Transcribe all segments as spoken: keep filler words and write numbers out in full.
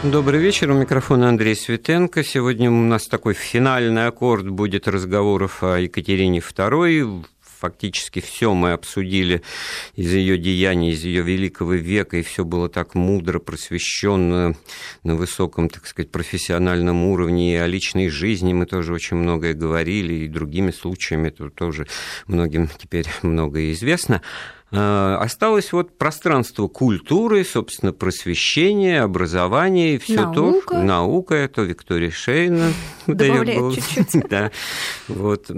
Добрый вечер, у микрофона Андрей Светенко. Сегодня у нас такой финальный аккорд будет разговоров о Екатерине второй. Фактически все мы обсудили из ее деяний, из ее великого века, и все было так мудро, просвещенно, на высоком, так сказать, профессиональном уровне. И о личной жизни мы тоже очень многое говорили, и другими случаями это тоже многим теперь многое известно. Осталось вот пространство культуры, собственно, просвещения, образования, и все наука. то. Наука, это Виктория Шейна. Добавляет чуть-чуть. Да. Вот.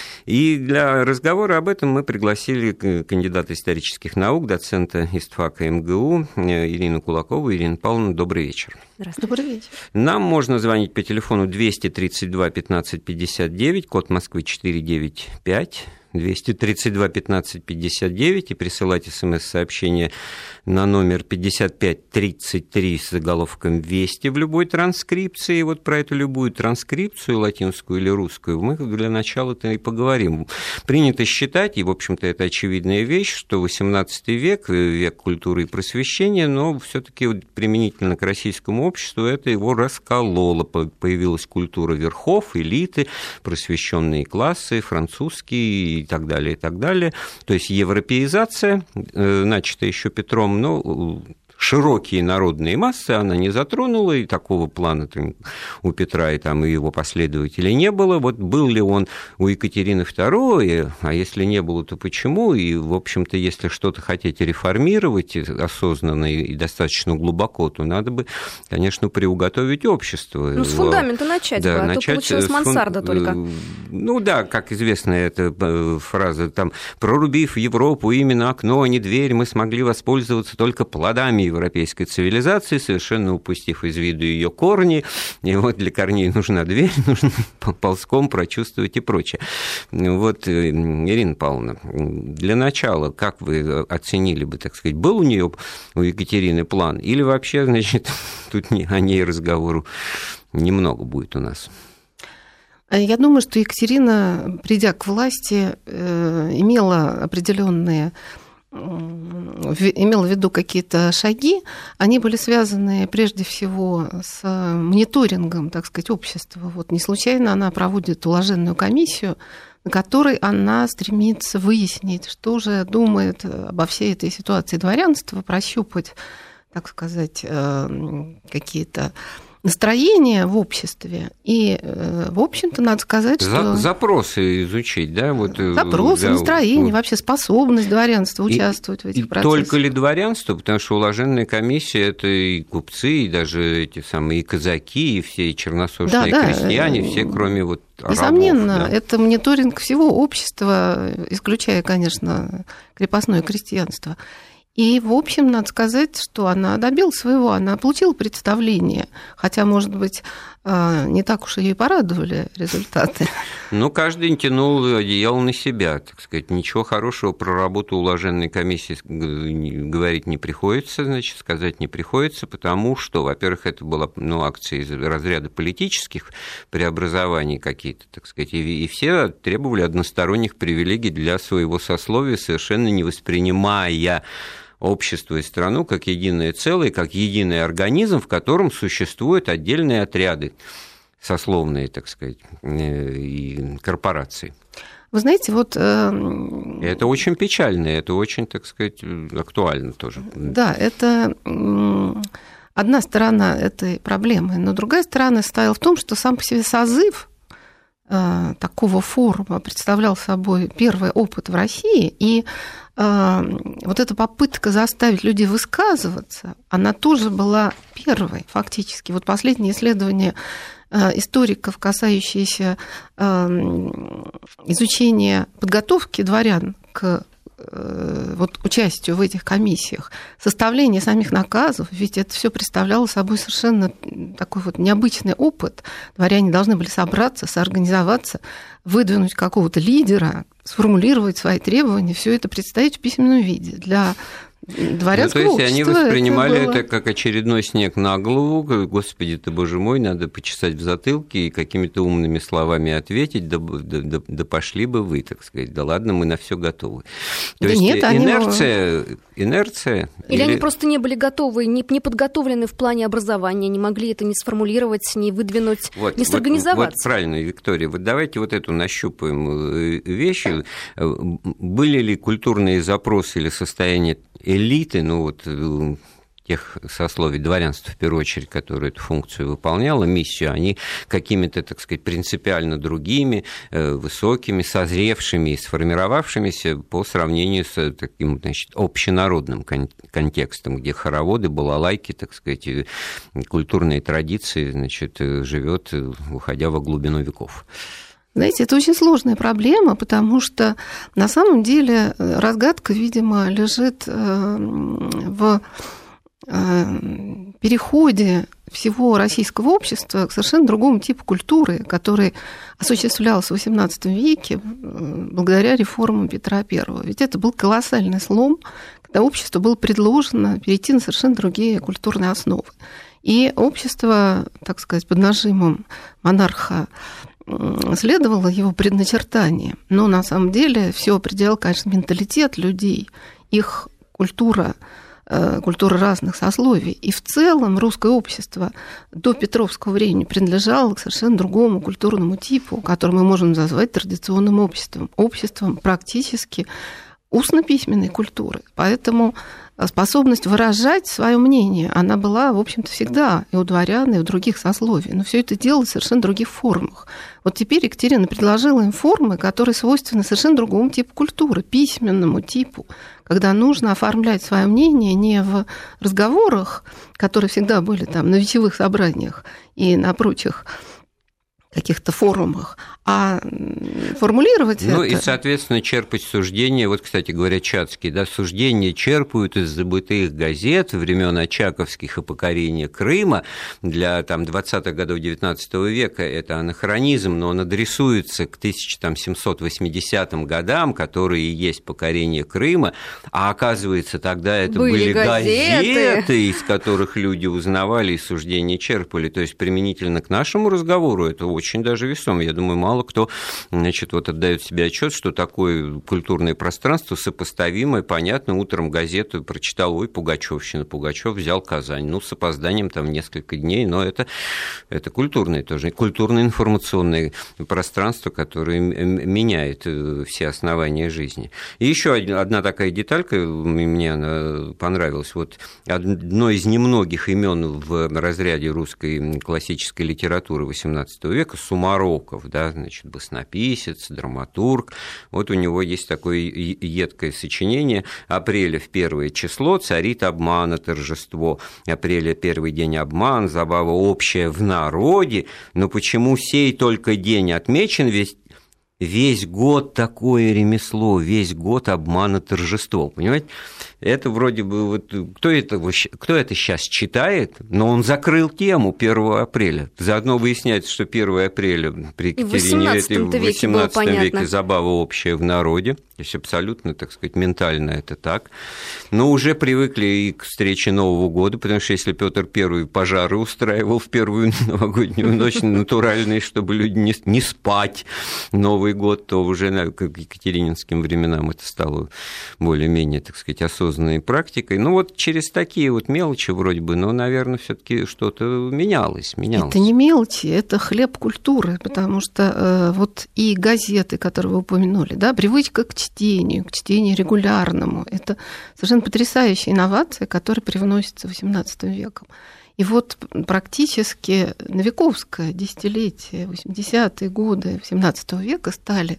И для разговора об этом мы пригласили кандидата исторических наук, доцента ИСТФАКа МГУ Ирину Кулакову. Ирина Павловна, добрый вечер. Здравствуйте. Добрый вечер. Нам можно звонить по телефону двести тридцать два пятнадцать пятьдесят девять, код Москвы четыреста девяносто пять. двести тридцать два пятнадцать пятьдесят девять, и присылать смс-сообщение на номер пятьдесят пять тридцать три с заголовком «Вести» в любой транскрипции. И вот про эту любую транскрипцию, латинскую или русскую, мы для начала-то и поговорим. Принято считать, и, в общем-то, это очевидная вещь, что восемнадцатый век, век культуры и просвещения, но все-таки применительно к российскому обществу это его раскололо. Появилась культура верхов, элиты, просвещенные классы, французские и так далее, и так далее. То есть европеизация, начатая еще Петром, но широкие народные массы она не затронула, и такого плана у Петра и, там, и его последователей не было. Вот был ли он у Екатерины второй, а если не было, то почему? И, в общем-то, если что-то хотите реформировать осознанно и достаточно глубоко, то надо бы, конечно, приуготовить общество. Ну, с фундамента начать, да, бы, а то получилась мансарда фун... только. Ну да, как известная эта фраза, там, прорубив Европу именно окно, а не дверь, мы смогли воспользоваться только плодами европейской цивилизации, совершенно упустив из виду ее корни. И вот для корней нужна дверь, нужно ползком прочувствовать и прочее. Вот, Ирина Павловна, для начала, как вы оценили бы, так сказать, был у нее, у Екатерины, план, или вообще, значит, тут о ней разговору немного будет у нас? Я думаю, что Екатерина, придя к власти, имела определенные имел в виду какие-то шаги, они были связаны прежде всего с мониторингом, так сказать, общества. Вот не случайно она проводит уложенную комиссию, на которой она стремится выяснить, что же думает обо всей этой ситуации дворянства, прощупать, так сказать, какие-то настроение в обществе. И, в общем-то, надо сказать, что... Запросы изучить, да? Вот, Запросы, да, настроение, вот. Вообще способность дворянства участвовать и, в этих и процессах. Только ли дворянство? Потому что уложенная комиссия – это и купцы, и даже эти самые и казаки, и все и черносошные да, крестьяне, да. все, кроме вот Несомненно, рабов, да. Это мониторинг всего общества, исключая, конечно, крепостное крестьянство. И, в общем, надо сказать, что она добилась своего, она получила представление, хотя, может быть, не так уж ее и порадовали результаты. Ну, каждый тянул одеяло на себя, так сказать. Ничего хорошего про работу уложенной комиссии говорить не приходится, значит, сказать не приходится, потому что, во-первых, это была, ну, акция из разряда политических преобразований какие-то, так сказать, и, и все требовали односторонних привилегий для своего сословия, совершенно не воспринимая общество и страну как единое целое, как единый организм, в котором существуют отдельные отряды, сословные, так сказать, и корпорации. Вы знаете, вот... Это очень печально, это очень, так сказать, актуально тоже. Да, это одна сторона этой проблемы, но другая сторона состояла в том, что сам по себе созыв такого форума представлял собой первый опыт в России, и вот эта попытка заставить людей высказываться, она тоже была первой фактически. Вот последние исследования историков, касающиеся изучения подготовки дворян к вот участию в этих комиссиях, составление самих наказов, ведь это все представляло собой совершенно такой вот необычный опыт. Дворяне должны были собраться, соорганизоваться, выдвинуть какого-то лидера, сформулировать свои требования, все это представить в письменном виде. Для дворянского ну, то есть общества. Они воспринимали это, было... это как очередной снег на голову. Господи ты, боже мой, надо почесать в затылке и какими-то умными словами ответить, да, да, да, да пошли бы вы, так сказать. Да ладно, мы на все готовы. То да есть нет, инерция... Они... инерция или, или они просто не были готовы, не, не подготовлены в плане образования, не могли это не сформулировать, не выдвинуть, вот, не сорганизоваться. Вот, вот правильно, Виктория, вот давайте вот эту нащупаем вещи. Были ли культурные запросы или состояние элиты, ну вот тех сословий дворянства, в первую очередь, которые эту функцию выполняла, миссию, они какими-то, так сказать, принципиально другими, высокими, созревшими и сформировавшимися по сравнению с таким, значит, общенародным контекстом, где хороводы, балалайки, так сказать, культурные традиции, значит, живет, уходя во глубину веков. Знаете, это очень сложная проблема, потому что на самом деле разгадка, видимо, лежит в переходе всего российского общества к совершенно другому типу культуры, который осуществлялся в восемнадцатом веке благодаря реформам Петра Первого. Ведь это был колоссальный слом, когда обществу было предложено перейти на совершенно другие культурные основы. И общество, так сказать, под нажимом монарха следовало его предначертаниям. Но на самом деле все определял, конечно, менталитет людей, их культура, культуры разных сословий. И в целом русское общество до Петровского времени принадлежало к совершенно другому культурному типу, который мы можем назвать традиционным обществом, обществом практически устно-письменной культуры. Поэтому способность выражать свое мнение, она была, в общем-то, всегда и у дворян, и у других сословий. Но все это делалось в совершенно других формах. Вот теперь Екатерина предложила им формы, которые свойственны совершенно другому типу культуры, письменному типу, когда нужно оформлять свое мнение не в разговорах, которые всегда были там на вечевых собраниях и на прочих каких-то форумах, а формулировать ну, это... Ну и, соответственно, черпать суждения. Вот, кстати говоря, Чацкий, да, суждения черпают из забытых газет времен очаковских и покорения Крыма. Для там, двадцатых годов девятнадцатого века это анахронизм, но он адресуется к тысяча семьсот восьмидесятым годам, которые и есть покорение Крыма, а оказывается, тогда это были, были газеты. газеты, из которых люди узнавали и суждения черпали. То есть применительно к нашему разговору это очень очень даже весомо. Я думаю, мало кто, значит, вот отдает себе отчет, что такое культурное пространство сопоставимое, понятно, утром газету прочитал, ой, Пугачёвщина, Пугачёв взял Казань, ну, с опозданием там несколько дней, но это, это культурное тоже, культурно-информационное пространство, которое меняет все основания жизни. И еще одна такая деталька, мне она понравилась, вот одно из немногих имен в разряде русской классической литературы восемнадцатого века, Сумароков, да, значит, баснописец, драматург. Вот у него есть такое едкое сочинение «Апреля в первое число царит обмана торжество». Апреля первый день обман, забава общая в народе. Но почему сей только день отмечен, весь Весь год такое ремесло, весь год обмана торжество, понимаете? Это вроде бы, вот, кто, это, кто это сейчас читает, но он закрыл тему первого апреля. Заодно выясняется, что первое апреля при Екатерине в восемнадцатом веке забава общая в народе. То есть абсолютно, так сказать, ментально это так. Но уже привыкли и к встрече Нового года, потому что если Петр Первый пожары устраивал в первую новогоднюю ночь, натуральные, чтобы люди не, не спать Новый год, то уже к екатерининским временам это стало более-менее, так сказать, осознанной практикой. Ну вот через такие вот мелочи вроде бы, но, наверное, все-таки что-то менялось, менялось. Это не мелочи, это хлеб культуры, потому что э, вот и газеты, которые вы упомянули, да, привычка к чтению, к чтению регулярному, это совершенно потрясающая инновация, которая привносится восемнадцатым веком. И вот практически новиковское десятилетие, восьмидесятые годы семнадцатого века стали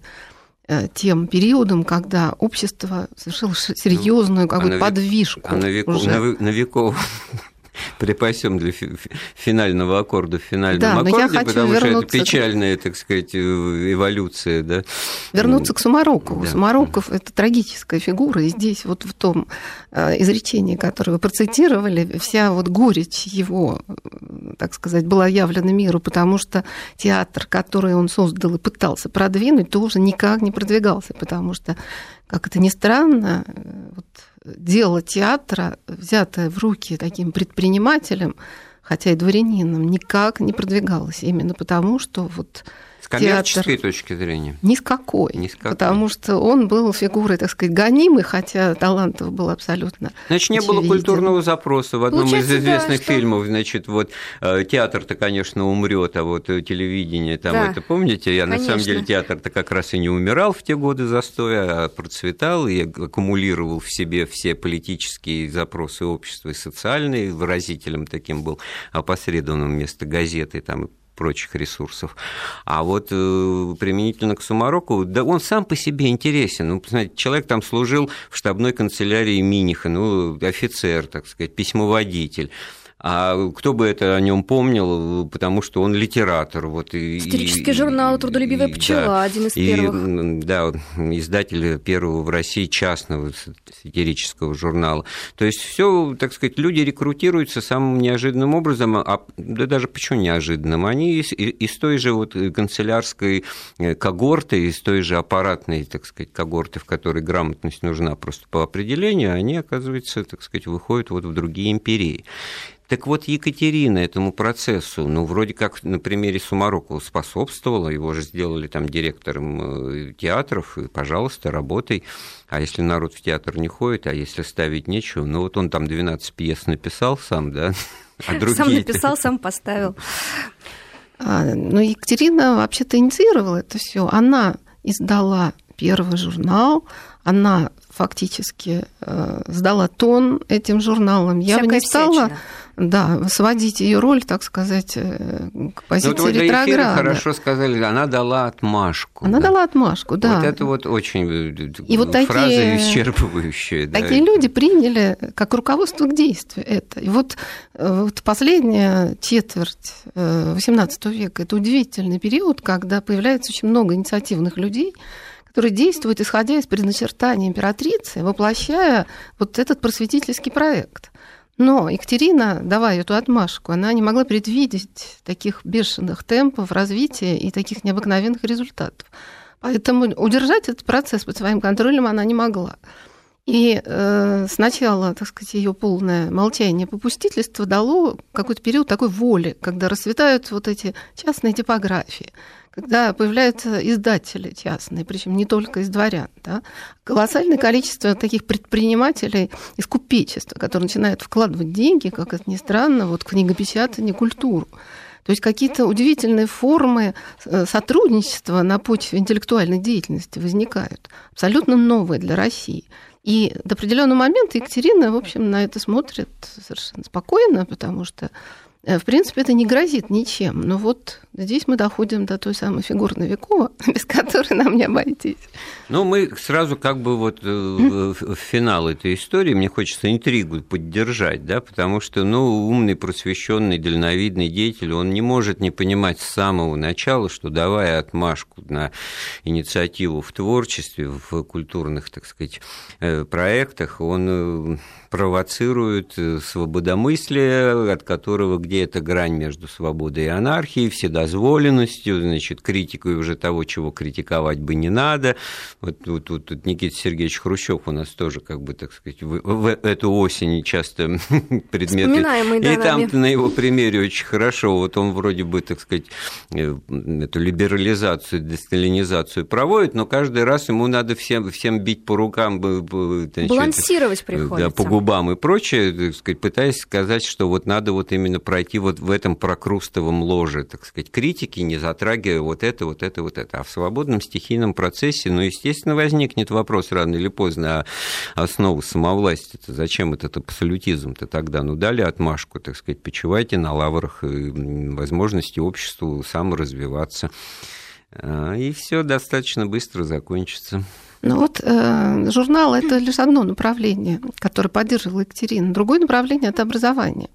тем периодом, когда общество совершило серьезную какую-то а подвижку. А новиков припасем для финального аккорда в финальном да, аккорде, потому что это печальная, так сказать, эволюция. Да? Вернуться к Сумарокову. Да. Сумароков – это трагическая фигура, и здесь вот в том изречении, которое вы процитировали, вся вот горечь его, так сказать, была явлена миру, потому что театр, который он создал и пытался продвинуть, тоже никак не продвигался, потому что, как это ни странно, вот дело театра, взятое в руки таким предпринимателем, хотя и дворянином, никак не продвигалось. Именно потому, что вот с коммерческой театр... точки зрения? Ни с какой. Ни с какой. Потому что он был фигурой, так сказать, гонимой, хотя талантов было абсолютно Значит, не очевиден. было культурного запроса. В одном Получается, из известных да, что... фильмов, значит, вот театр-то, конечно, умрет, а вот телевидение там да, это, помните? Я конечно. на самом деле театр-то как раз и не умирал в те годы застоя, а процветал и аккумулировал в себе все политические запросы общества и социальные, выразителем таким был опосредованным вместо газеты там, прочих ресурсов. А вот э, применительно к Сумароку, да он сам по себе интересен. Ну, знаете, человек там служил в штабной канцелярии Миниха, ну, офицер, так сказать, письмоводитель. А кто бы это о нем помнил, потому что он литератор. Вот, и, Сатирический и, журнал «Трудолюбивая и, пчела», да, один из и, первых. Да, издатель первого в России частного сатирического журнала. То есть все, так сказать, люди рекрутируются самым неожиданным образом, а, да даже почему неожиданным? Они из, из той же вот канцелярской когорты, из той же аппаратной, так сказать, когорты, в которой грамотность нужна просто по определению, они, оказывается, так сказать, выходят вот в другие империи. Так вот, Екатерина этому процессу, ну, вроде как на примере Сумарокова способствовала, его же сделали там директором театров, и, пожалуйста, работай. А если народ в театр не ходит, а если ставить нечего, ну, вот он там двенадцать пьес написал сам, да, а другие... Сам написал, сам поставил. А, ну, Екатерина вообще-то инициировала это все. Она издала первый журнал, она фактически э, сдала тон этим журналам. Я бы не стала да, сводить ее роль, так сказать, к позиции ну, ретрограда. Хорошо сказали, она дала отмашку. Она да. дала отмашку, да. Вот это вот очень и вот фраза такие, исчерпывающая. Такие да. люди приняли как руководство к действию это. И вот, вот последняя четверть восемнадцатого века – это удивительный период, когда появляется очень много инициативных людей, которые действуют, исходя из предначертания императрицы, воплощая вот этот просветительский проект. Но Екатерина, давая эту отмашку, она не могла предвидеть таких бешеных темпов развития и таких необыкновенных результатов. Поэтому удержать этот процесс под своим контролем она не могла. И э, сначала, так сказать, ее полное молчание, попустительство дало какой-то период такой воли, когда расцветают вот эти частные типографии, когда появляются издатели частные, причем не только из дворян. Да? Колоссальное количество таких предпринимателей из купечества, которые начинают вкладывать деньги, как это ни странно, вот в книгопечатание, культуру. То есть какие-то удивительные формы сотрудничества на почве интеллектуальной деятельности возникают, абсолютно новые для России. И до определенного момента Екатерина, в общем, на это смотрит совершенно спокойно, потому что, в принципе, это не грозит ничем. Но вот здесь мы доходим до той самой фигуры Новикова, без которой нам не обойтись. Ну, мы сразу как бы вот в финал этой истории, мне хочется интригу поддержать, да, потому что, ну, умный, просвещенный, дальновидный деятель, он не может не понимать с самого начала, что, давая отмашку на инициативу в творчестве, в культурных, так сказать, проектах, он провоцирует свободомыслие, от которого где эта грань между свободой и анархией, вседозволенностью, значит, критикой уже того, чего критиковать бы не надо. Вот тут вот, вот, Никита Сергеевич Хрущев у нас тоже, как бы, так сказать, в, в эту осень часто предметы. Вспоминаемый, да, и там нами. на его примере очень хорошо. Вот он вроде бы, так сказать, эту либерализацию, десталинизацию проводит, но каждый раз ему надо всем, всем бить по рукам. Значит, балансировать приходится. Да, по губам и прочее, так сказать, пытаясь сказать, что вот надо вот именно пройти вот в этом прокрустовом ложе, так сказать, критики, не затрагивая вот это, вот это, вот это. А в свободном стихийном процессе, ну, естественно, возникнет вопрос рано или поздно, а основу самовластия-то зачем этот абсолютизм-то тогда? Ну, дали отмашку, так сказать, почивайте на лаврах и возможности обществу саморазвиваться. И все достаточно быстро закончится. Ну вот э, журнал – это лишь одно направление, которое поддерживала Екатерина. Другое направление – это образование.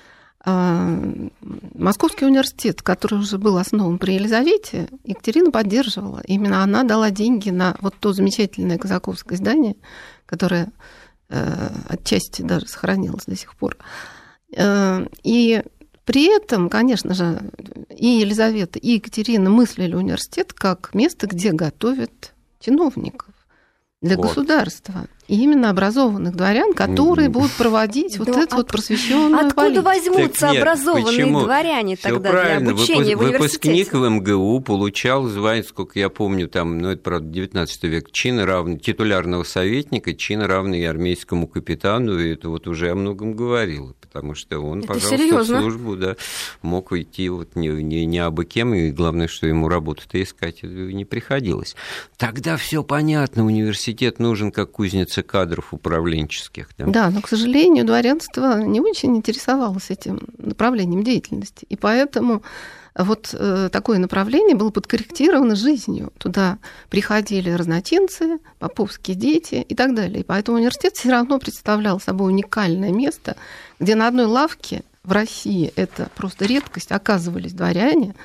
Э, Московский университет, который уже был основан при Елизавете, Екатерина поддерживала. Именно она дала деньги на вот то замечательное казаковское издание, которое э, отчасти даже сохранилось до сих пор. Э, и при этом, конечно же, и Елизавета, и Екатерина мыслили университет как место, где готовят чиновников для вот. Государства. И именно образованных дворян, которые будут проводить вот эту вот просвещенную политику. Откуда возьмутся нет, образованные почему? дворяне Всё тогда правильно. для обучения Выпуск, в университете? Выпускник в эм гэ у получал звание, сколько я помню, там, ну, это, правда, девятнадцатый век, чин равный титулярного советника, чин равный армейскому капитану, и это вот уже о многом говорило, потому что он, это пожалуйста, серьезно? в службу, да, мог уйти вот не, не, не абы кем, и главное, что ему работу-то искать не приходилось. Тогда все понятно, университет нужен как кузница кадров управленческих. Да? Да, но, к сожалению, дворянство не очень интересовалось этим направлением деятельности, и поэтому вот э, такое направление было подкорректировано жизнью. Туда приходили разночинцы, поповские дети и так далее. И поэтому университет все равно представлял собой уникальное место, где на одной лавке в России, это просто редкость, оказывались дворяне,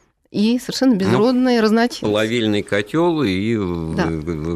и совершенно безродные ну, разночинцы. Плавильный котел и, да.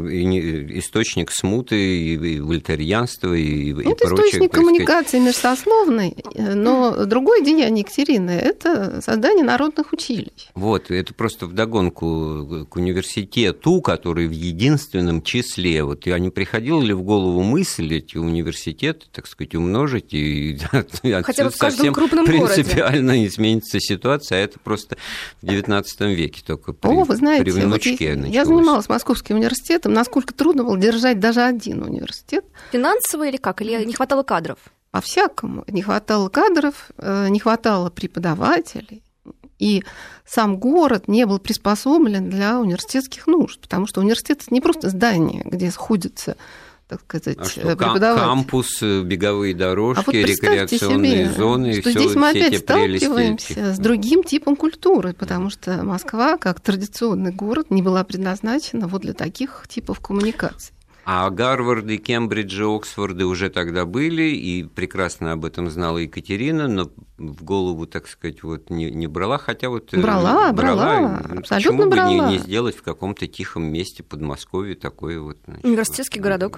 и источник смуты, и, и вольтерьянства, и, и это прочее. Источник коммуникации межсословной, но другое деяние Екатерины – это создание народных училищ. Вот, это просто вдогонку к университету, который в единственном числе. Вот а не приходила ли в голову мысль эти университеты, так сказать, умножить, и хотя бы в каждом совсем крупном принципиально городе. Изменится ситуация, а это просто в девятнадцатом веке только при, О, вы знаете, при внучке вот началось. Я занималась Московским университетом, насколько трудно было держать даже один университет. Финансово или как? Или не хватало кадров? По-всякому. Не хватало кадров, не хватало преподавателей. И сам город не был приспособлен для университетских нужд, потому что университет – это не просто здание, где сходятся, так сказать, а что, преподаватели. Кампус, беговые дорожки, а вот рекреационные себе, зоны, что всё, здесь мы все опять эти сталкиваемся прелести. с другим типом культуры, потому что Москва, как традиционный город, не была предназначена вот для таких типов коммуникаций. А Гарварды, Кембриджи, Оксфорды уже тогда были, и прекрасно об этом знала Екатерина, но в голову, так сказать, вот не, не брала, хотя вот... Брала, брала, брала абсолютно почему брала. Почему бы не, не сделать в каком-то тихом месте Подмосковья такой вот... Значит, университетский вот, городок.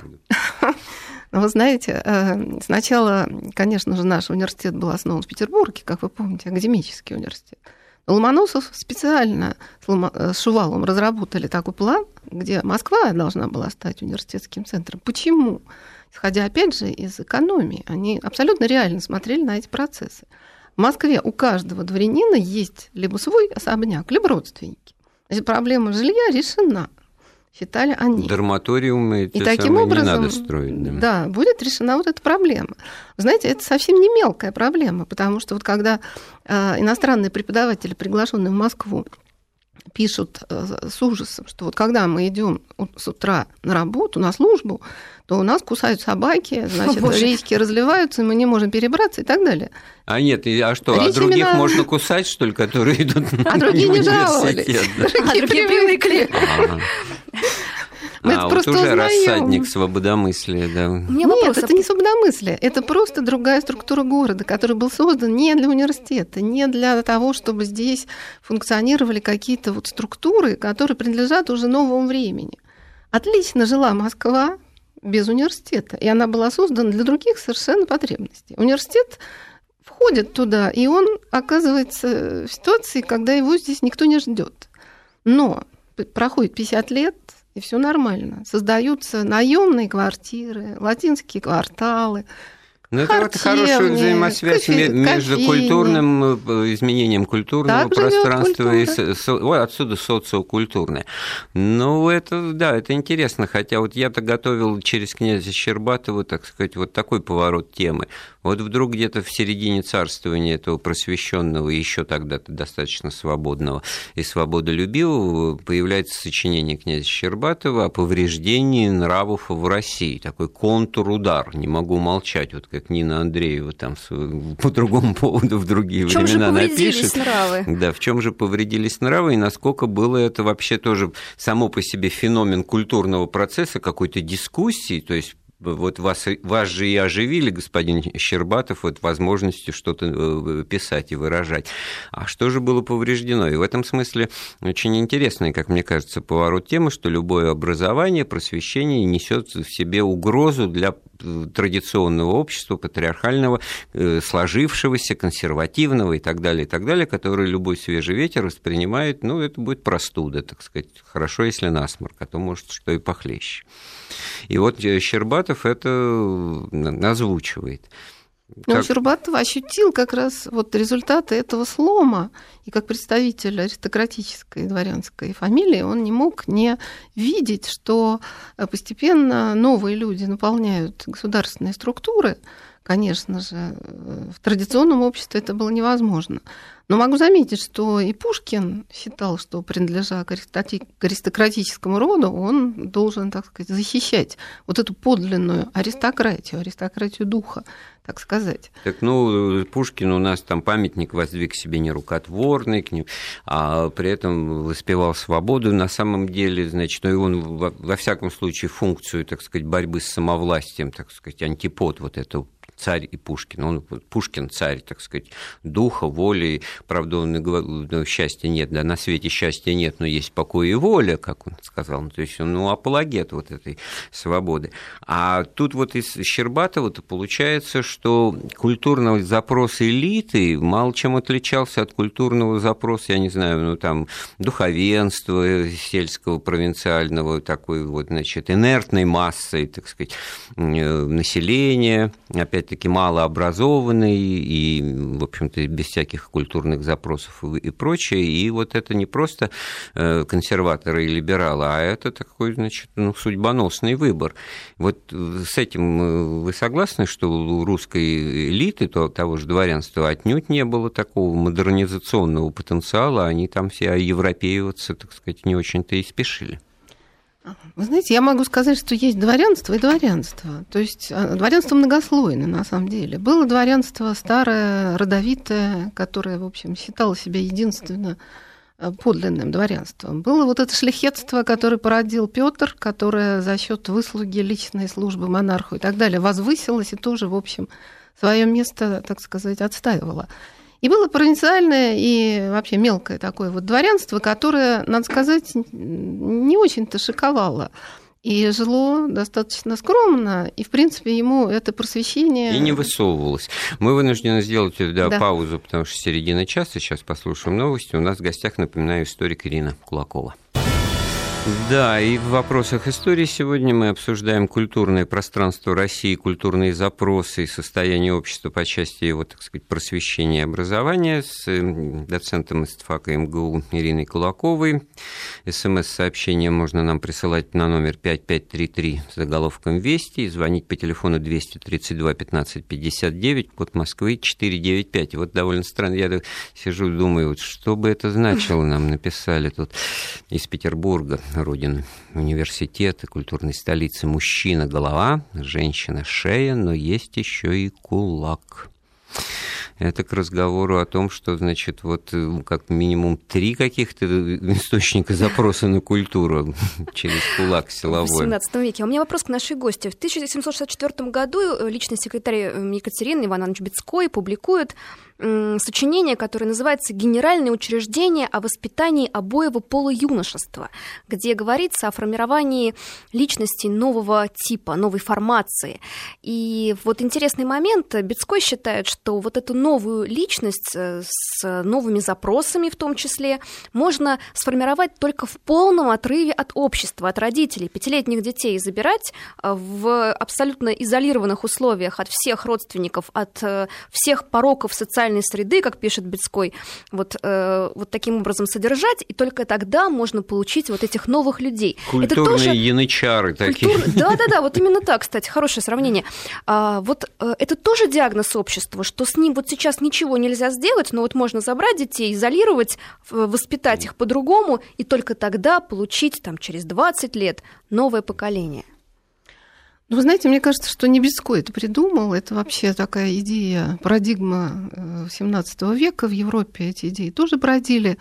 Вы знаете, сначала, конечно же, наш университет был основан в Петербурге, как вы помните, академический университет. Ломоносов специально с Шуваловым разработали такой план, где Москва должна была стать университетским центром. Почему? Исходя, опять же, из экономии. Они абсолютно реально смотрели на эти процессы. В Москве у каждого дворянина есть либо свой особняк, либо родственники. Значит, проблема жилья решена, считали они. Дарматориумы и таким образом, не надо строить. Да. да, будет решена вот эта проблема. Вы знаете, это совсем не мелкая проблема, потому что вот когда э, иностранные преподаватели, приглашенные в Москву, пишут э, с ужасом, что вот когда мы идем с утра на работу, на службу, то у нас кусают собаки, значит, речки разливаются, мы не можем перебраться и так далее. А нет, а что, Речь а других именно... можно кусать, что ли, которые идут а на другие не университет? Да? А другие привыкли. Мы а, это вот просто уже узнаем. Рассадник свободомыслия, да. Нет, вопрос, это не свободомыслие, это просто другая структура города, который был создан не для университета, не для того, чтобы здесь функционировали какие-то вот структуры, которые принадлежат уже новому времени. Отлично жила Москва без университета, и она была создана для других совершенно потребностей. Университет входит туда, и он оказывается в ситуации, когда его здесь никто не ждет. Но проходит пятьдесят лет, и все нормально. Создаются наемные квартиры, латинские кварталы. Ну, это вот хорошая взаимосвязь кофе, между кофейни. Культурным изменением культурного так пространства и со, отсюда социокультурное. Ну, это, да, это интересно, хотя вот я-то готовил через князя Щербатова, так сказать, вот такой поворот темы. Вот вдруг где-то в середине царствования этого просвещенного, еще тогда-то достаточно свободного и свободолюбивого, появляется сочинение князя Щербатова о повреждении нравов в России. Такой контрудар, не могу молчать, вот как Нина Андреева там по другому поводу в другие времена напишет. В чем же повредились нравы? Да, в чем же повредились нравы, и насколько было это вообще тоже само по себе феномен культурного процесса, какой-то дискуссии, то есть вот вас, вас же и оживили, господин Щербатов, вот возможностью что-то писать и выражать. А что же было повреждено? И в этом смысле очень интересный, как мне кажется, поворот темы, что любое образование, просвещение несет в себе угрозу для традиционного общества, патриархального, сложившегося, консервативного и так далее, и так далее, который любой свежий ветер воспринимает, ну, это будет простуда, так сказать. Хорошо, если насморк, а то, может, что и похлеще. И вот Щербатов это озвучивает. Но как... Щербатов ощутил как раз вот результаты этого слома, и как представитель аристократической дворянской фамилии он не мог не видеть, что постепенно новые люди наполняют государственные структуры. Конечно же, в традиционном обществе это было невозможно. Но могу заметить, что и Пушкин считал, что, принадлежа к аристократическому роду, он должен, так сказать, защищать вот эту подлинную аристократию, аристократию духа, так сказать. Так, ну, Пушкин у нас там памятник воздвиг себе нерукотворный, а при этом воспевал свободу на самом деле, значит, ну, и он во, во всяком случае функцию, так сказать, борьбы с самовластием, так сказать, антипод вот этого царь и Пушкин. Он, Пушкин царь, так сказать, духа, воли. Правда, он говорит, счастья нет, да, на свете счастья нет, но есть покой и воля, как он сказал. Ну, то есть он, ну, апологет вот этой свободы. А тут вот из Щербатова-то получается, что культурный запрос элиты мало чем отличался от культурного запроса, я не знаю, ну, там, духовенства сельского, провинциального, такой вот, значит, инертной массой, так сказать, населения, опять-таки, малообразованный и, в общем-то, без всяких культурных запросов и прочее. И вот это не просто консерваторы и либералы, а это такой, значит, ну, судьбоносный выбор. Вот с этим вы согласны, что у русской элиты, того же дворянства, отнюдь не было такого модернизационного потенциала, они там все европеиваться, так сказать, не очень-то и спешили? Вы знаете, я могу сказать, что есть дворянство и дворянство. То есть дворянство многослойное, на самом деле. Было дворянство старое, родовитое, которое, в общем, считало себя единственно подлинным дворянством. Было вот это шляхетство, которое породил Петр, которое за счет выслуги личной службы монарху и так далее возвысилось и тоже, в общем, свое место, так сказать, отстаивало. И было провинциальное и вообще мелкое такое вот дворянство, которое, надо сказать, не очень-то шиковало. И жило достаточно скромно, и, в принципе, ему это просвещение... И не высовывалось. Мы вынуждены сделать да, да. паузу, потому что середина часа, сейчас послушаем новости. У нас в гостях, напоминаю, историк Ирина Кулакова. Да, и в вопросах истории сегодня мы обсуждаем культурное пространство России, культурные запросы и состояние общества по части его, так сказать, просвещения и образования с доцентом ИСТФАКа эм гэ у Ириной Кулаковой. СМС-сообщение можно нам присылать на номер пять пять три три с заголовком «Вести» и звонить по телефону двести тридцать два пятнадцать пятьдесят девять, код Москвы четыреста девяносто пять. Вот довольно странно, я сижу и думаю, вот что бы это значило, нам написали тут из Петербурга, родины университета, культурной столицы. Мужчина – голова, женщина – шея, но есть еще и кулак. Это к разговору о том, что, значит, вот как минимум три каких-то источника запроса на культуру через кулак силовой. В восемнадцатом веке. У меня вопрос к нашей гости. В тысяча семьсот шестьдесят четвёртом году личный секретарь Екатерины Иван Иванович Бецкой публикует сочинение, которое называется «Генеральное учреждение о воспитании обоего пола юношества», где говорится о формировании личности нового типа, новой формации. И вот интересный момент. Бецкой считает, что вот эту новую личность с новыми запросами в том числе можно сформировать только в полном отрыве от общества, от родителей. Пятилетних детей забирать в абсолютно изолированных условиях от всех родственников, от всех пороков социальной среды, как пишет Бецкой, вот, э, вот таким образом содержать, и только тогда можно получить вот этих новых людей. Культурные это тоже... янычары такие. Культур... Да-да-да, вот именно так, кстати, хорошее сравнение. А, вот э, это тоже диагноз общества, что с ним вот сейчас ничего нельзя сделать, но вот можно забрать детей, изолировать, воспитать их по-другому, и только тогда получить там, через двадцать лет новое поколение. Вы знаете, мне кажется, что не Бецкой это придумал. Это вообще такая идея, парадигма семнадцатого века. В Европе эти идеи тоже бродили.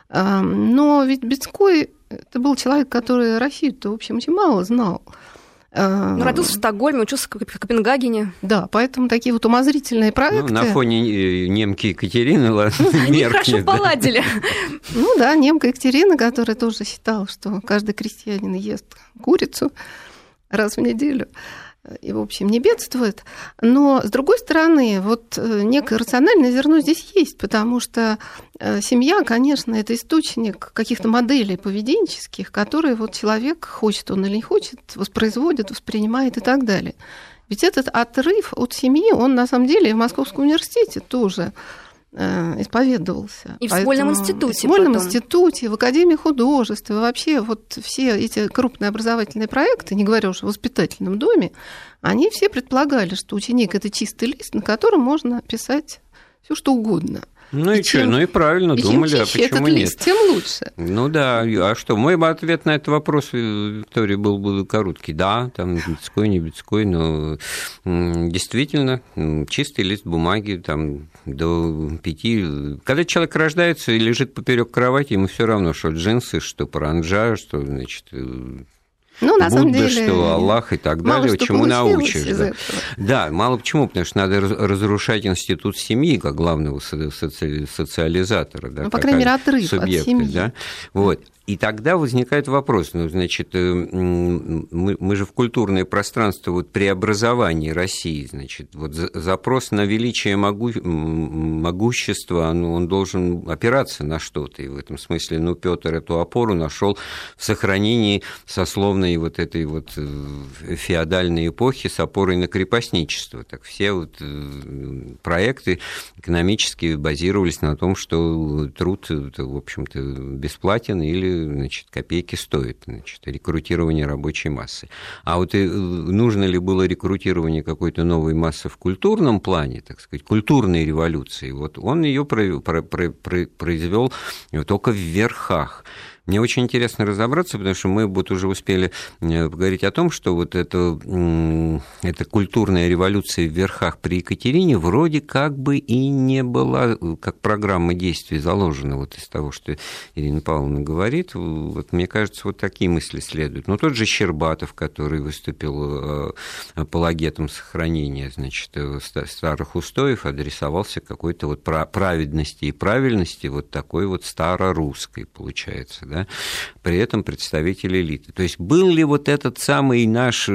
Но ведь Бецкой – это был человек, который Россию-то, в общем, очень мало знал. Ну, родился в Стокгольме, учился в Копенгагене. Да, поэтому такие вот умозрительные проекты... Ну, на фоне немки Екатерины, ладно, они хорошо поладили. Ну да, немка Екатерина, которая тоже считала, что каждый крестьянин ест курицу раз в неделю. и, в общем, не бедствует. Но, с другой стороны, вот некое рациональное зерно здесь есть, потому что семья, конечно, это источник каких-то моделей поведенческих, которые вот человек, хочет он или не хочет, воспроизводит, воспринимает и так далее. Ведь этот отрыв от семьи, он на самом деле и в Московском университете тоже исповедовался. И в Смольном институте. В Смольном потом. институте, в Академии художеств, и вообще вот все эти крупные образовательные проекты, не говоря уж о воспитательном доме, они все предполагали, что ученик – это чистый лист, на котором можно писать все что угодно. Ну и, и что, ну и правильно и думали, чем а почему этот нет? Лист, тем лучше. Ну да, а что, мой ответ на этот вопрос, Виктория, был бы короткий. Да, там бедской, не бедской, но действительно чистый лист бумаги там, до пяти. Когда человек рождается и лежит поперек кровати, ему все равно, что джинсы, что паранджа, что, значит... Ну, на Будда, самом деле, что Аллах и так далее, чему научишь. Да. да, мало почему, потому что надо разрушать институт семьи как главного социализатора. Да, ну, по крайней мере, отрыв субъекта, от семьи. Да? Вот. И тогда возникает вопрос, ну, значит, мы, мы же в культурное пространство вот преобразования России, значит, вот запрос на величие могу, могущества, ну, он должен опираться на что-то, и в этом смысле, ну, Петр эту опору нашел в сохранении сословной вот этой вот феодальной эпохи с опорой на крепостничество. Так все вот проекты экономические базировались на том, что труд, в общем-то, бесплатен или, значит, копейки стоит, значит, рекрутирование рабочей массы. А вот и нужно ли было рекрутирование какой-то новой массы в культурном плане, так сказать, культурной революции, вот он ее произвел только в верхах. Мне очень интересно разобраться, потому что мы вот уже успели поговорить о том, что вот эта, эта культурная революция в верхах при Екатерине вроде как бы и не была как программа действий заложена вот из того, что Ирина Павловна говорит. Вот, мне кажется, вот такие мысли следуют. Но тот же Щербатов, который выступил апологетом сохранения, значит, старых устоев, адресовался какой-то вот праведности и правильности вот такой вот старорусской, получается, да? При этом представитель элиты. То есть был ли вот этот самый наш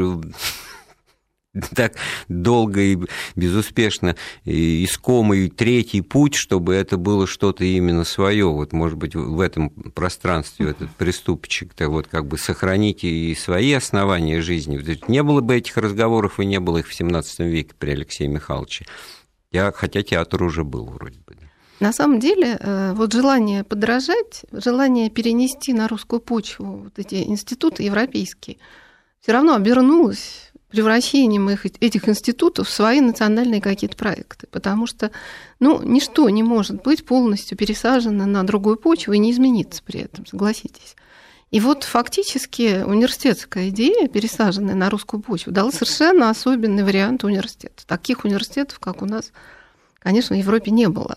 так долго и безуспешно искомый третий путь, чтобы это было что-то именно свое, вот, может быть, в этом пространстве этот преступчик-то вот как бы сохранить и свои основания жизни. Не было бы этих разговоров, и не было их в семнадцатом веке при Алексее Михайловиче. Я, хотя театр уже был вроде бы. На самом деле, вот желание подражать, желание перенести на русскую почву вот эти институты европейские, все равно обернулось превращением их, этих институтов в свои национальные какие-то проекты, потому что, ну, ничто не может быть полностью пересажено на другую почву и не измениться при этом, согласитесь. И вот фактически университетская идея, пересаженная на русскую почву, дала совершенно особенный вариант университета. Таких университетов, как у нас, конечно, в Европе не было.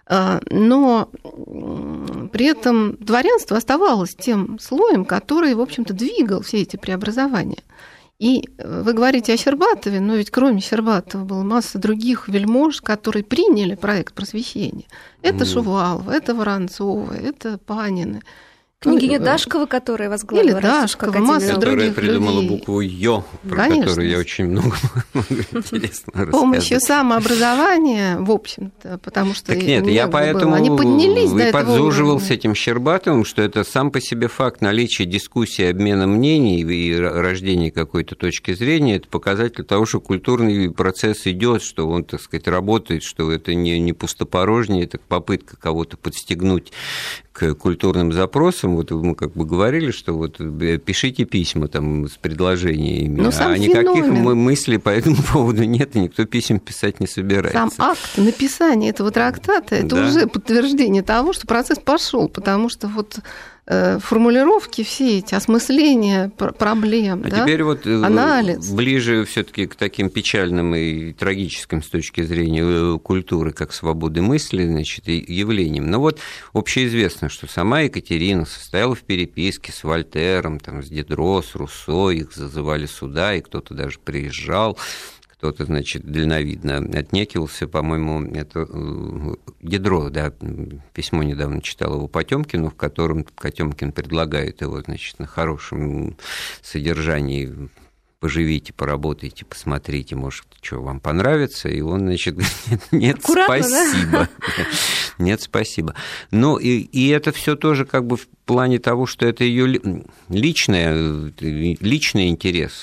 Но при этом дворянство оставалось тем слоем, который, в общем-то, двигал все эти преобразования. И вы говорите о Щербатове, но ведь кроме Щербатова была масса других вельмож, которые приняли проект просвещения. Это mm. Шувалова, это Воронцова, это Панины. Княгиня Дашкова, которая возглавила Или Дашкова, масса других которая придумала людей. букву «Ё», про Конечно. которую я очень много интересно рассказываю. С помощью самообразования, в общем-то, потому что... Так нет, я поэтому Они поднялись и подзуживал с этим Щербатовым, что это сам по себе факт наличия дискуссии, обмена мнений и рождения какой-то точки зрения, это показатель того, что культурный процесс идет, что он, так сказать, работает, что это не, не пустопорожнее, это попытка кого-то подстегнуть к культурным запросам. Вот мы как бы говорили, что вот пишите письма там с предложениями, но а никаких мыслей по этому поводу нет, и никто писем писать не собирается. Сам акт написания этого трактата – это да. уже подтверждение того, что процесс пошел, потому что вот формулировки все эти, осмысления проблем, а да? Теперь вот анализ. Ближе все-таки к таким печальным и трагическим с точки зрения культуры, как свободы мысли, значит, явлениям. Но вот общеизвестно, что сама Екатерина состояла в переписке с Вольтером, там, с Дидро, с Руссо, их зазывали сюда, и кто-то даже приезжал. Кто-то, значит, дальновидно отнекивался, по-моему, это Дидро, да, письмо недавно читал его Потёмкину, в котором Потёмкин предлагает его, значит, на хорошем содержании поживите, поработайте, посмотрите, может, что вам понравится, и он, значит, нет, нет спасибо. Да? Нет, спасибо. Ну, и, и это все тоже как бы в плане того, что это ее личный, личный интерес.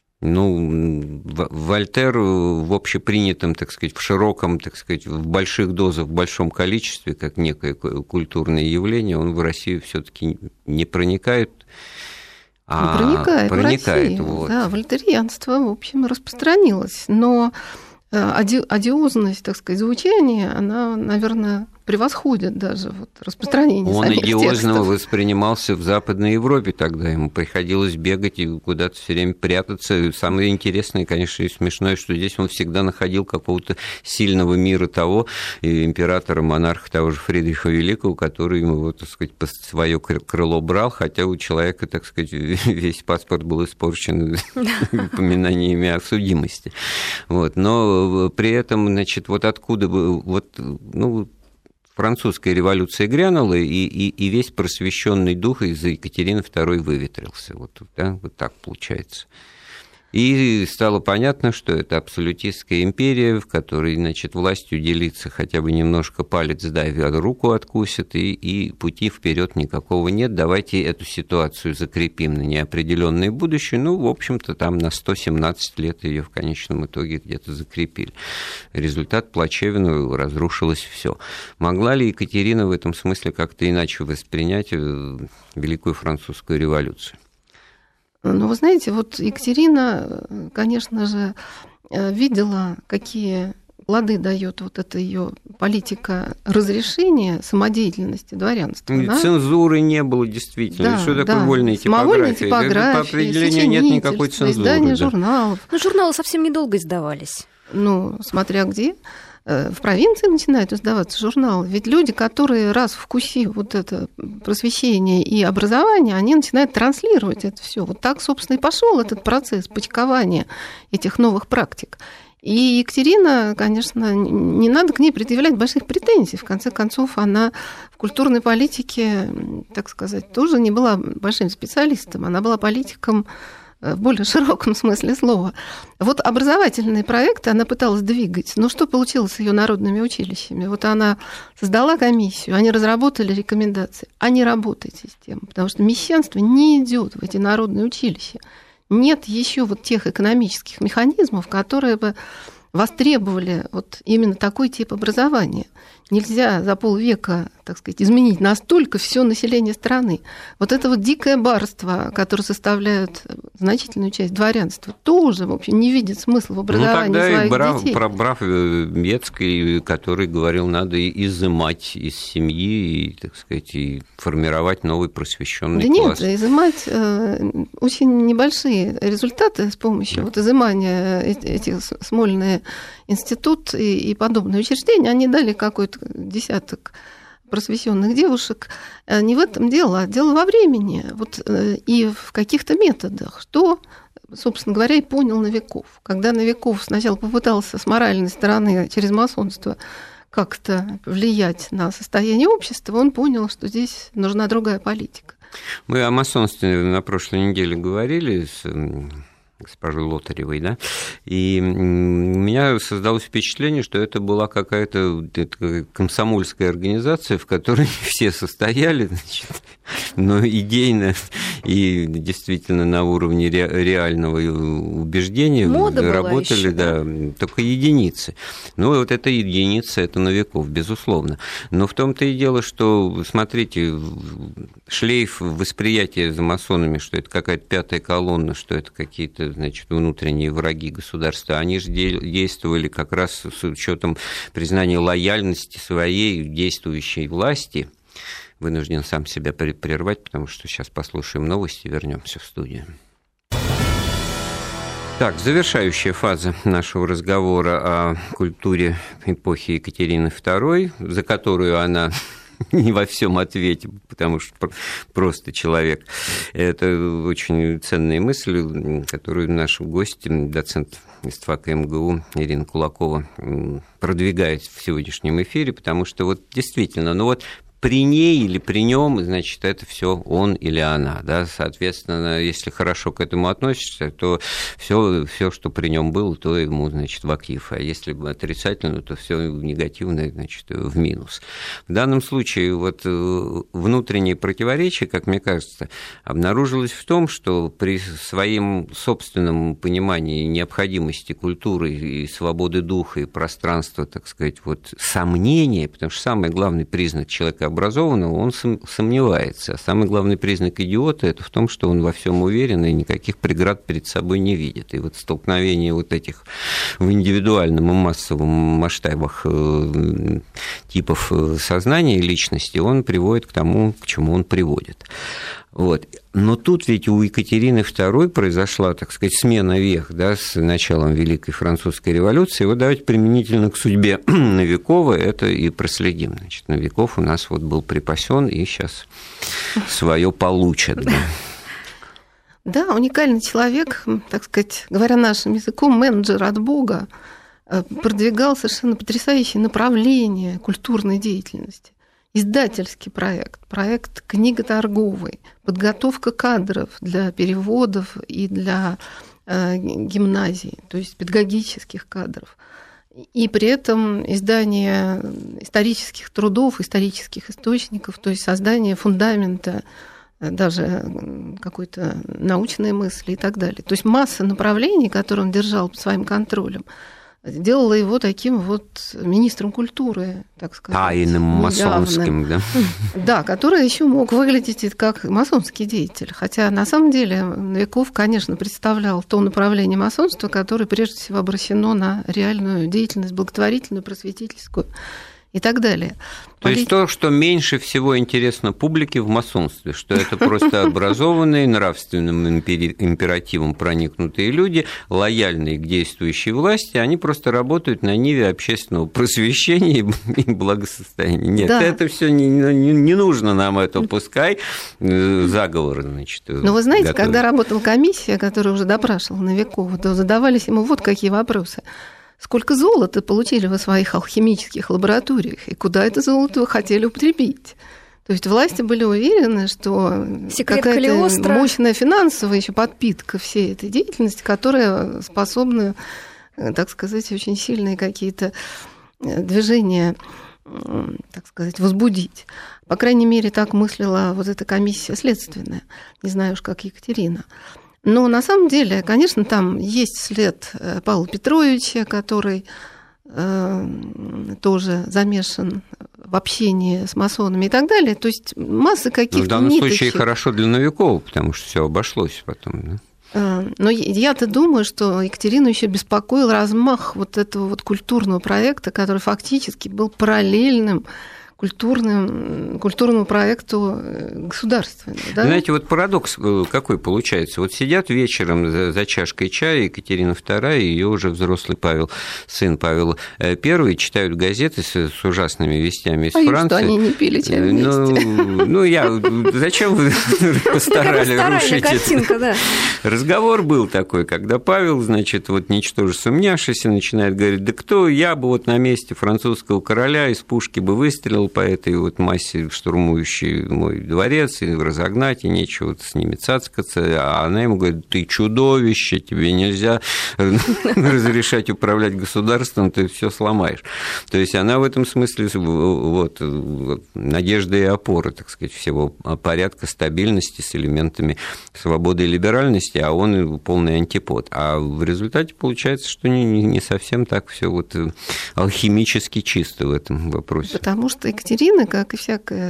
Ну, Вольтер в общепринятом, так сказать, в широком, так сказать, в больших дозах, в большом количестве, как некое культурное явление, он в Россию все-таки не проникает. А проникает, проникает в Россию. Вот. Да, вольтерианство, в общем, распространилось. Но оди- одиозность, так сказать, звучания, она, наверное, превосходит даже вот распространение Он самих одиозно текстов. Воспринимался в Западной Европе тогда. Ему приходилось бегать и куда-то все время прятаться. И самое интересное, конечно, и смешное, что здесь он всегда находил какого-то сильного мира того, и императора, монарха того же Фридриха Великого, который ему, вот, так сказать, свое крыло брал, хотя у человека, так сказать, весь паспорт был испорчен упоминаниями о судимости. Вот. Но при этом, значит, вот откуда бы, вот, ну, французская революция грянула, и, и, и весь просвещенный дух из-за Екатерины второй выветрился. Вот, да, вот так получается. И стало понятно, что это абсолютистская империя, в которой, значит, властью делиться хотя бы немножко палец дай, руку откусит, и, и пути вперед никакого нет. Давайте эту ситуацию закрепим на неопределенное будущее. Ну, в общем-то, там на сто семнадцать лет ее в конечном итоге где-то закрепили. Результат плачевен, разрушилось все. Могла ли Екатерина в этом смысле как-то иначе воспринять Великую Французскую революцию? Ну, вы знаете, вот Екатерина, конечно же, видела, какие плоды дает вот эта ее политика разрешения самодеятельности дворянства. Да? Цензуры не было действительно. Да, что такое да. вольная типография? типография? По определению нет никакой цензуры. Издание да. журналов. Но журналы совсем недолго издавались. Ну, смотря где. В провинции начинают издаваться журналы. Ведь люди, которые раз вкусив вот это просвещение и образование, они начинают транслировать это все. Вот так, собственно, и пошел этот процесс почкования этих новых практик. И Екатерина, конечно, не надо к ней предъявлять больших претензий. В конце концов, она в культурной политике, так сказать, тоже не была большим специалистом. Она была политиком в более широком смысле слова. Вот образовательные проекты она пыталась двигать. Но что получилось с ее народными училищами? Вот она создала комиссию, они разработали рекомендации. А не работайте с тем, потому что мещанство не идет в эти народные училища. Нет еще вот тех экономических механизмов, которые бы востребовали вот именно такой тип образования. Нельзя за полвека, так сказать, изменить настолько все население страны. Вот это вот дикое барство, которое составляет значительную часть дворянства, тоже, в общем, не видит смысла в образовании ну, тогда своих и брав, детей. Про брав Бецкий, который говорил, надо изымать из семьи, и, так сказать, и формировать новый просвещенный да класс. Да нет, изымать э, очень небольшие результаты с помощью да. вот изымания этих Смольный институт и, и подобные учреждения, они дали какой-то десяток просвещенных девушек. Не в этом дело, а дело во времени вот, и в каких-то методах, что, собственно говоря, и понял Новиков. Когда Новиков сначала попытался с моральной стороны через масонство как-то влиять на состояние общества, он понял, что здесь нужна другая политика. Мы о масонстве на прошлой неделе говорили с госпожой Лотаревой, да, и у меня создалось впечатление, что это была какая-то комсомольская организация, в которой все состояли, значит, но идейно и действительно на уровне реального убеждения мода работали, еще, да, да, только единицы. Ну, вот эта единица, это Новиков, безусловно. Но в том-то и дело, что, смотрите, шлейф восприятия за масонами, что это какая-то пятая колонна, что это какие-то, значит, внутренние враги государства, они же действовали как раз с учетом признания лояльности своей действующей власти. Вынужден сам себя прервать, потому что сейчас послушаем новости и вернемся в студию. Так, завершающая фаза нашего разговора о культуре эпохи Екатерины второй, за которую она не во всем ответит, потому что просто человек. Это очень ценная мысль, которую наш гость, доцент ИСТФАКа МГУ Ирина Кулакова продвигает в сегодняшнем эфире, потому что вот действительно, ну вот при ней или при нем, значит, это все он или она, да, соответственно, если хорошо к этому относишься, то все, все, что при нем было, то ему, значит, в актив, а если отрицательно, то все негативное, значит, в минус. В данном случае вот внутреннее противоречие, как мне кажется, обнаружилось в том, что при своем собственном понимании необходимости культуры и свободы духа и пространства, так сказать, вот сомнения, потому что самый главный признак человека образованного, он сомневается, а самый главный признак идиота – это в том, что он во всем уверен и никаких преград перед собой не видит. И вот столкновение вот этих в индивидуальном и массовом масштабах типов сознания и личности, он приводит к тому, к чему он приводит. Вот. Но тут ведь у Екатерины второй произошла, так сказать, смена вех, да, с началом Великой Французской революции. Вот давайте применительно к судьбе Новикова это и проследим. Значит, Новиков у нас вот был припасен и сейчас свое получит. Да. Да, уникальный человек, так сказать, говоря нашим языком, менеджер от Бога, продвигал совершенно потрясающее направление культурной деятельности. Издательский проект, проект книготорговый, подготовка кадров для переводов и для э, гимназий, то есть педагогических кадров. И при этом издание исторических трудов, исторических источников, то есть создание фундамента даже какой-то научной мысли и так далее. То есть масса направлений, которые он держал под своим контролем, делала его таким вот министром культуры, так сказать. Тайным масонским, да? Да, который еще мог выглядеть как масонский деятель. Хотя на самом деле Новиков, конечно, представлял то направление масонства, которое прежде всего обращено на реальную деятельность, благотворительную, просветительскую и так далее. То есть то, что меньше всего интересно публике в масонстве, что это просто образованные, нравственным императивом проникнутые люди, лояльные к действующей власти, они просто работают на ниве общественного просвещения и благосостояния. Нет, да. Это все не, не, не нужно нам это, пускай заговор, значит. Но вы знаете, готовят. Когда работала комиссия, которая уже допрашивала Новикова, то задавались ему вот какие вопросы. Сколько золота получили вы в своих алхимических лабораториях, и куда это золото вы хотели употребить? То есть власти были уверены, что секрет какая-то Калиостро. Мощная финансовая еще подпитка всей этой деятельности, которая способна, так сказать, очень сильные какие-то движения, так сказать, возбудить. По крайней мере, так мыслила вот эта комиссия следственная. Не знаю уж, как Екатерина. Но на самом деле, конечно, там есть след Павла Петровича, который э, тоже замешан в общении с масонами и так далее. То есть масса каких-то ниточек. В данном ниточек. Случае хорошо для Новикова, потому что все обошлось потом. Да? Но я-то думаю, что Екатерину еще беспокоил размах вот этого вот культурного проекта, который фактически был параллельным культурным, культурному проекту государственному. Да? Знаете, вот парадокс какой получается. Вот сидят вечером за, за чашкой чая Екатерина вторая и ее уже взрослый Павел, сын Павел I, читают газеты с, с ужасными вестями из а Франции. А что они не пили чай вместе? Ну, ну я... Зачем вы постарали рушить это? Разговор был такой, когда Павел, значит, вот ничтоже сумняшися, начинает говорить, да кто, я бы вот на месте французского короля из пушки бы выстрелил по этой вот массе, штурмующей мой дворец, и разогнать, и нечего с ними цацкаться. А она ему говорит, ты чудовище, тебе нельзя разрешать управлять государством, ты все сломаешь. То есть она в этом смысле вот, надежда и опора, так сказать, всего порядка, стабильности с элементами свободы и либеральности, а он полный антипод. А в результате получается, что не, не совсем так все вот алхимически чисто в этом вопросе. Потому что Екатерина, как и всякая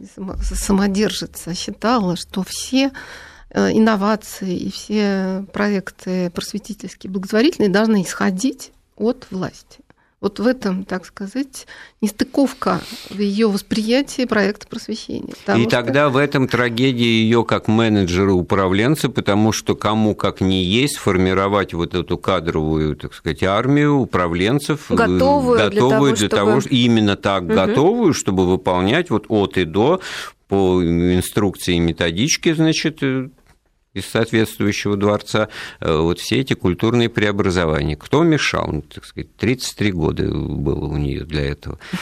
самодержица, считала, что все инновации и все проекты просветительские, благотворительные должны исходить от власти. Вот в этом, так сказать, нестыковка в ее восприятии проекта просвещения. И что... тогда в этом трагедия ее как менеджера-управленца, потому что кому как не есть формировать вот эту кадровую, так сказать, армию управленцев, готовую, готовую для того, для чтобы... того именно так угу. готовую, чтобы выполнять вот от и до по инструкции и методичке, значит, из соответствующего дворца, вот все эти культурные преобразования. Кто мешал? Ну, так сказать, тридцать три года было у нее для этого.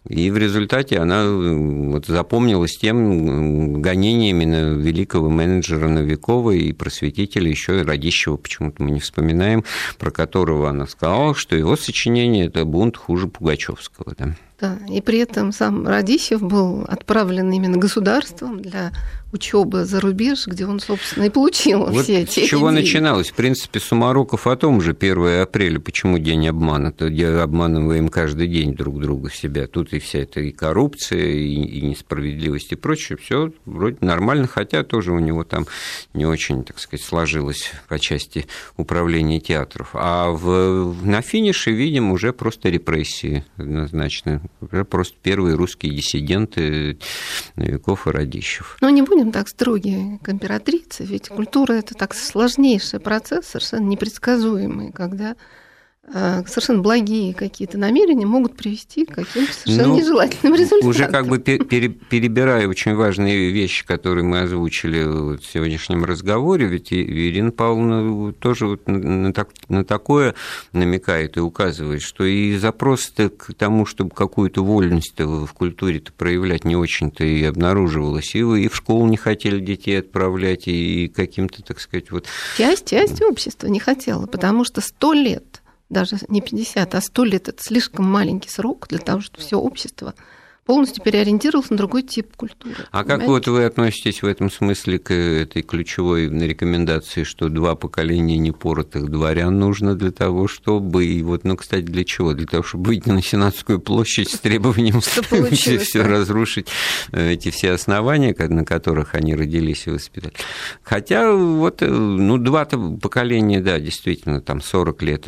И в результате она вот запомнилась тем гонениями на великого менеджера Новикова и просветителя, еще и Радищева, почему-то мы не вспоминаем, про которого она сказала, что его сочинение – это бунт хуже Пугачевского. Да. Да, и при этом сам Радищев был отправлен именно государством для учебы за рубеж, где он, собственно, и получил вот все эти с чего идеи. начиналось? В принципе, Сумароков о том же, первое апреля, почему день обмана? То обманываем каждый день друг друга себя. Тут и вся эта и коррупция, и, и несправедливость, и прочее, все вроде нормально, хотя тоже у него там не очень, так сказать, сложилось по части управления театров. А в, на финише видим уже просто репрессии однозначно. Уже просто первые русские диссиденты Новиков и Радищев. Но не будем так строги к императрице, ведь культура – это так сложнейший процесс, совершенно непредсказуемый, когда совершенно благие какие-то намерения могут привести к каким-то совершенно ну, нежелательным результатам. Уже как бы перебирая очень важные вещи, которые мы озвучили в сегодняшнем разговоре, ведь Ирина Павловна тоже вот на, так, на такое намекает и указывает, что и запрос-то к тому, чтобы какую-то вольность в культуре-то проявлять, не очень-то и обнаруживалось. И вы и в школу не хотели детей отправлять, и каким-то, так сказать, вот... Часть, часть общества не хотела, потому что сто лет даже не пятьдесят, а сто лет – это слишком маленький срок для того, чтобы все общество полностью переориентировалось на другой тип культуры. А понимаете? Как вот вы относитесь в этом смысле к этой ключевой рекомендации, что два поколения непоротых дворян нужно для того, чтобы… И вот, ну, кстати, для чего? Для того, чтобы выйти на Сенатскую площадь с требованием все, все разрушить, эти все основания, на которых они родились и воспитались. Хотя вот, ну, два-то поколения, да, действительно, там сорок лет…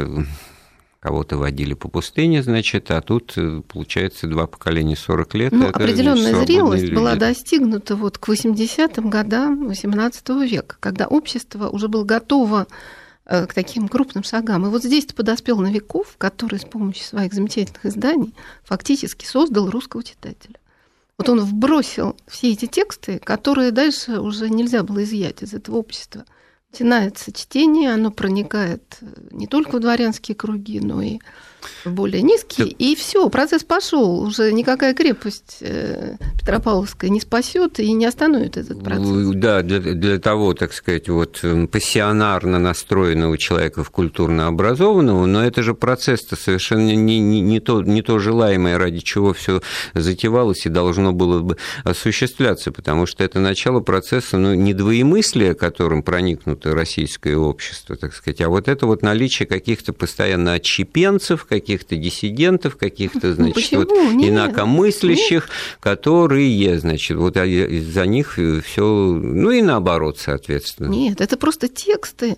Кого-то водили по пустыне, значит, а тут, получается, два поколения сорок лет. Ну, определенная зрелость люди. Была достигнута вот к восьмидесятым годам восемнадцатого века, когда общество уже было готово к таким крупным шагам. И вот здесь-то подоспел Новиков, который с помощью своих замечательных изданий фактически создал русского читателя. Вот он вбросил все эти тексты, которые дальше уже нельзя было изъять из этого общества. Начинается чтение, оно проникает не только в дворянские круги, но и в более низкие, и все, процесс пошел. Уже никакая крепость Петропавловская не спасет и не остановит этот процесс. Да, для, для того, так сказать, вот пассионарно настроенного человека в культурно образованного, но это же процесс-то совершенно не, не, не, то, не то желаемое, ради чего все затевалось и должно было бы осуществляться, потому что это начало процесса, ну, не двоемыслия, которым проникнуто российское общество, так сказать, а вот это вот наличие каких-то постоянно отщепенцев, каких-то диссидентов, каких-то, значит, ну, вот инакомыслящих, Нет. которые, значит, вот из-за них все, ну и наоборот, соответственно. Нет, это просто тексты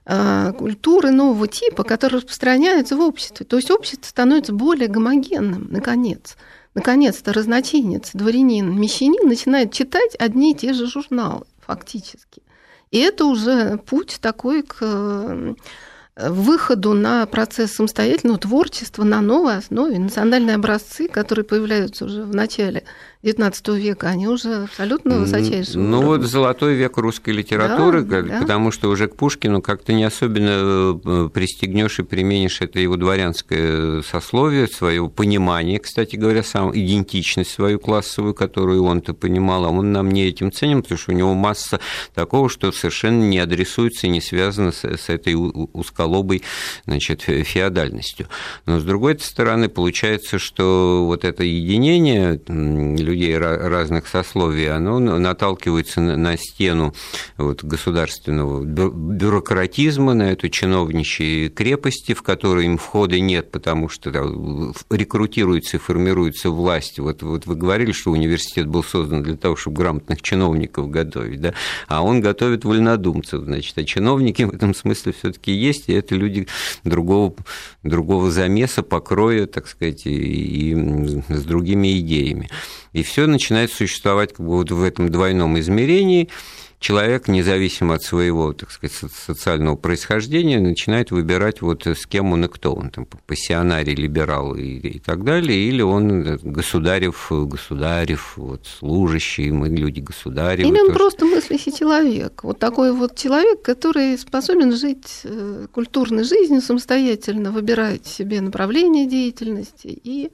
культуры нового типа, которые распространяются в обществе. То есть общество становится более гомогенным, наконец. Наконец-то разночинец, дворянин, мещанин начинает читать одни и те же журналы, фактически. И это уже путь такой к выходу на процесс самостоятельного творчества на новой основе. Национальные образцы, которые появляются уже в начале девятнадцатого века, они уже абсолютно высочайшие. Ну уровня. Вот золотой век русской литературы, да, да. Потому что уже к Пушкину как-то не особенно пристегнешь и применишь это его дворянское сословие, свое понимание, кстати говоря, сам идентичность свою классовую, которую он-то понимал, а он нам не этим ценен, потому что у него масса такого, что совершенно не адресуется и не связано с, с этой узколобой, значит, феодальностью. Но с другой стороны, получается, что вот это единение людей разных сословий, оно наталкивается на стену вот государственного бюрократизма, на эту чиновничьей крепости, в которой им входа нет, потому что рекрутируется и формируется власть. Вот, вот вы говорили, что университет был создан для того, чтобы грамотных чиновников готовить, да? А он готовит вольнодумцев, значит, а чиновники в этом смысле все-таки есть, и это люди другого, другого замеса, покроя, так сказать, и, и с другими идеями. И все начинает существовать как бы вот в этом двойном измерении. Человек, независимо от своего, так сказать, социального происхождения, начинает выбирать, вот с кем он и кто он, там, пассионарий, либерал и, и так далее, или он государев, государев, вот, служащий, мы люди государевы. Или он тоже. Просто мыслящий человек, вот такой вот человек, который способен жить культурной жизнью самостоятельно, выбирать себе направление деятельности и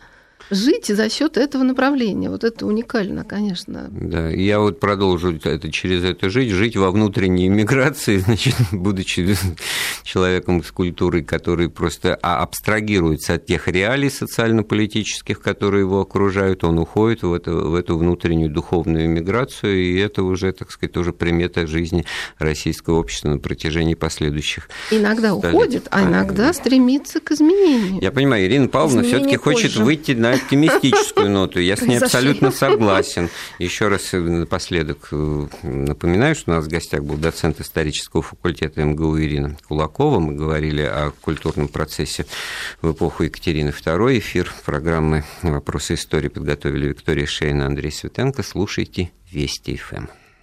жить за счет этого направления. Вот это уникально, конечно. Да, я вот продолжу это, через это жить, жить во внутренней миграции, значит, будучи человеком с культурой, который просто абстрагируется от тех реалий социально-политических, которые его окружают, он уходит в эту, в эту внутреннюю духовную миграцию, и это уже, так сказать, тоже примета жизни российского общества на протяжении последующих Иногда столетий. Уходит, а иногда стремится к изменению. Я понимаю, Ирина Павловна все-таки хочет выйти на оптимистическую ноту. Я с ней абсолютно согласен. Еще раз напоследок напоминаю, что у нас в гостях был доцент исторического факультета эм гэ у Ирина Кулакова. Мы говорили о культурном процессе в эпоху Екатерины второй. Эфир программы «Вопросы истории» подготовили Виктория Шейна, Андрей Светенко. Слушайте Вести эф эм.